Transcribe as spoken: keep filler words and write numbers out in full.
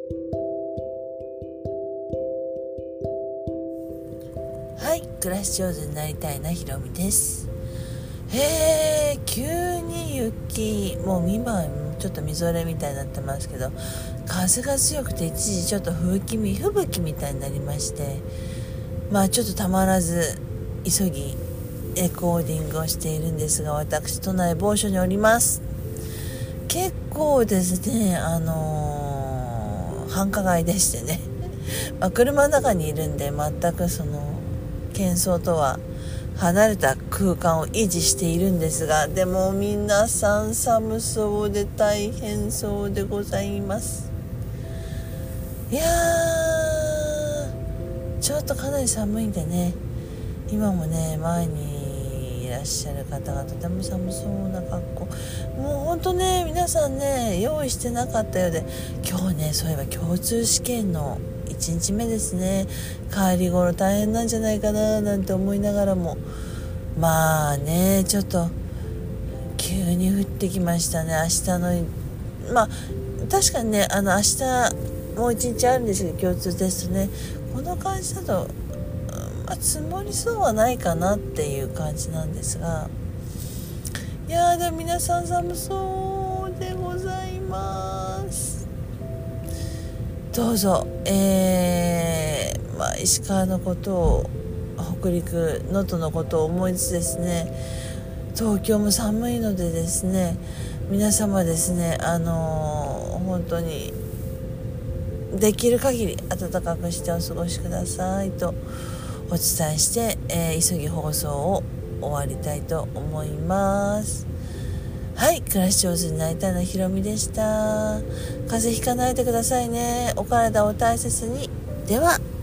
はい、暮らし上手になりたいなひろみです。へー、急に雪、もう今ちょっとみぞれみたいになってますけど、風が強くて一時ちょっと吹雪み吹雪みたいになりまして、まあちょっとたまらず急ぎレコーディングをしているんですが、私都内某所におります。結構ですね、あのー、繁華街でしてねまあ車の中にいるんで全くその喧騒とは離れた空間を維持しているんですが、でも皆さん寒そうで大変そうでございます。いやー、ちょっとかなり寒いんでね、今もね前にいらっしゃる方がとても寒そうな格好、もうほんとね皆さんね用意してなかったようで、今日ねそういえば共通試験のいちにちめですね。帰り頃大変なんじゃないかななんて思いながらも、まあねちょっと急に降ってきましたね。明日のまあ確かにね、あの明日もう一日あるんですけど、共通テストね、この感じだと、まあ、積もりそうはないかなっていう感じなんですが、いやーでも皆さん寒そうでございます。どうぞ、えーまあ、石川のことを、北陸能登のことを思いつつですね、東京も寒いのでですね、皆様ですね、あのー、本当にできる限り暖かくしてお過ごしくださいとお伝えして、えー、急ぎ放送を終わりたいと思います。はい、暮らし上手になりたいなひろみでした。風邪ひかないでくださいね。お体を大切に。では。